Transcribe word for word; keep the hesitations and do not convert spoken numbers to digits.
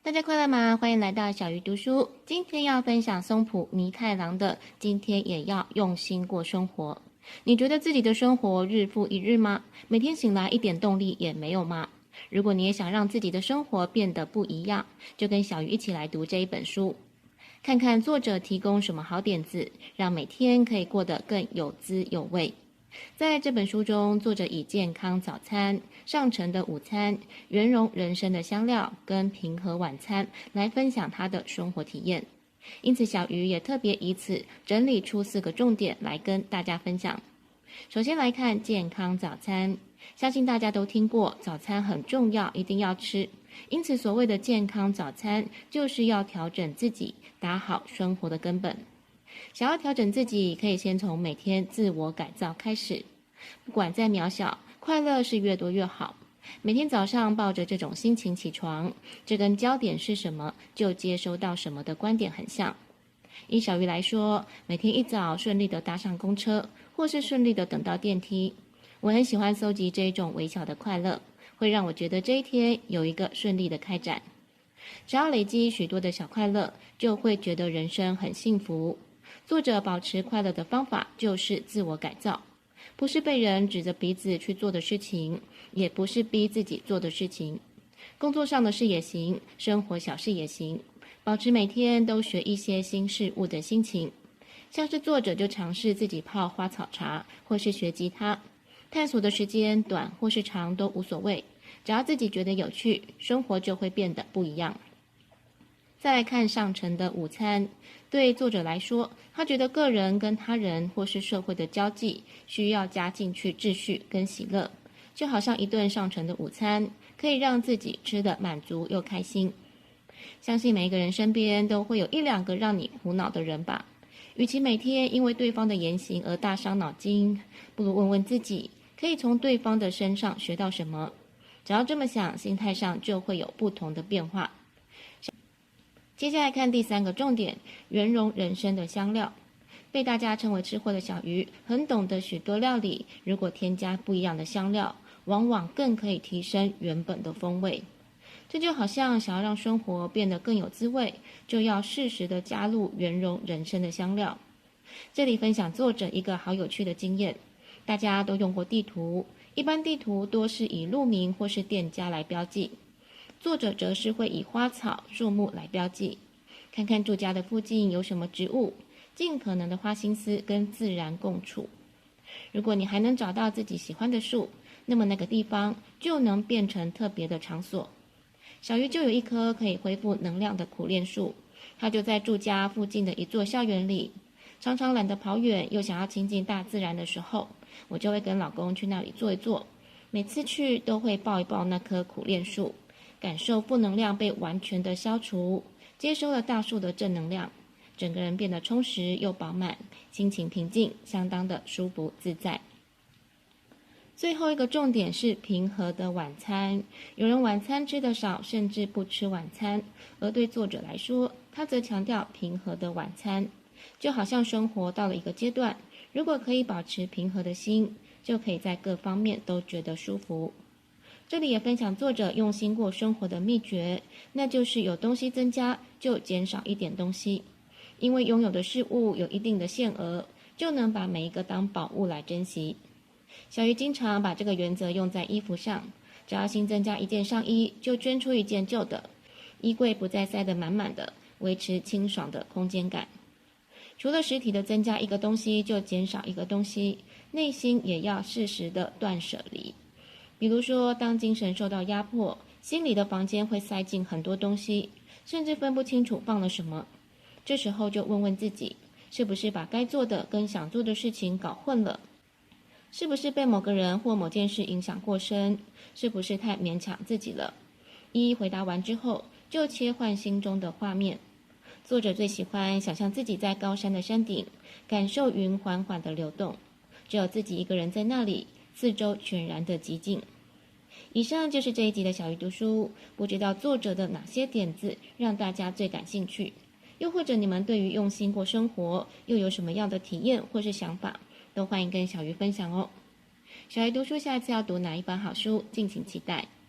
大家快乐吗？欢迎来到小鱼读书。今天要分享松浦弥太郎的《今天也要用心过生活》。你觉得自己的生活日复一日吗？每天醒来一点动力也没有吗？如果你也想让自己的生活变得不一样，就跟小鱼一起来读这一本书，看看作者提供什么好点子，让每天可以过得更有滋有味。在这本书中，作者以健康早餐、上乘的午餐、圆融人生的香料跟平和晚餐来分享他的生活体验。因此，小鱼也特别以此整理出四个重点来跟大家分享。首先来看健康早餐，相信大家都听过，早餐很重要，一定要吃。因此，所谓的健康早餐，就是要调整自己，打好生活的根本。想要调整自己，可以先从每天自我改造开始。不管再渺小，快乐是越多越好。每天早上抱着这种心情起床，这跟焦点是什么，就接收到什么的观点很像。以小鱼来说，每天一早顺利的搭上公车，或是顺利的等到电梯，我很喜欢搜集这一种微小的快乐，会让我觉得这一天有一个顺利的开展。只要累积许多的小快乐，就会觉得人生很幸福。作者保持快乐的方法就是自我改造，不是被人指着鼻子去做的事情，也不是逼自己做的事情。工作上的事也行，生活小事也行，保持每天都学一些新事物的心情。像是作者就尝试自己泡花草茶，或是学吉他，探索的时间短或是长都无所谓，只要自己觉得有趣，生活就会变得不一样。再来看上乘的午餐，对作者来说，他觉得个人跟他人或是社会的交际需要加进去秩序跟喜乐，就好像一顿上乘的午餐可以让自己吃得满足又开心。相信每一个人身边都会有一两个让你苦恼的人吧，与其每天因为对方的言行而大伤脑筋，不如问问自己可以从对方的身上学到什么。只要这么想，心态上就会有不同的变化。接下来看第三个重点，圆融人生的香料。被大家称为吃货的小鱼，很懂得许多料理，如果添加不一样的香料，往往更可以提升原本的风味。这就好像想要让生活变得更有滋味，就要适时的加入圆融人生的香料。这里分享作者一个好有趣的经验，大家都用过地图，一般地图多是以路名或是店家来标记，作者则是会以花草树木来标记，看看住家的附近有什么植物，尽可能的花心思跟自然共处。如果你还能找到自己喜欢的树，那么那个地方就能变成特别的场所。小鱼就有一棵可以恢复能量的苦楝树，它就在住家附近的一座校园里。常常懒得跑远，又想要亲近大自然的时候，我就会跟老公去那里坐一坐。每次去都会抱一抱那棵苦楝树，感受负能量被完全的消除，接收了大树的正能量，整个人变得充实又饱满，心情平静，相当的舒服自在。最后一个重点是平和的晚餐。有人晚餐吃得少，甚至不吃晚餐，而对作者来说，他则强调平和的晚餐。就好像生活到了一个阶段，如果可以保持平和的心，就可以在各方面都觉得舒服。这里也分享作者用心过生活的秘诀，那就是有东西增加就减少一点东西，因为拥有的事物有一定的限额，就能把每一个当宝物来珍惜。小鱼经常把这个原则用在衣服上，只要新增加一件上衣，就捐出一件旧的，衣柜不再塞得满满的，维持清爽的空间感。除了实体的增加一个东西就减少一个东西，内心也要适时的断舍离。比如说，当精神受到压迫，心里的房间会塞进很多东西，甚至分不清楚放了什么。这时候就问问自己，是不是把该做的跟想做的事情搞混了？是不是被某个人或某件事影响过深？是不是太勉强自己了？一一回答完之后，就切换心中的画面。作者最喜欢想象自己在高山的山顶，感受云缓缓的流动，只有自己一个人在那里，四周全然的寂静。以上就是这一集的小鱼读书，不知道作者的哪些点子让大家最感兴趣，又或者你们对于用心过生活又有什么样的体验或是想法，都欢迎跟小鱼分享哦。小鱼读书下一次要读哪一本好书，敬请期待。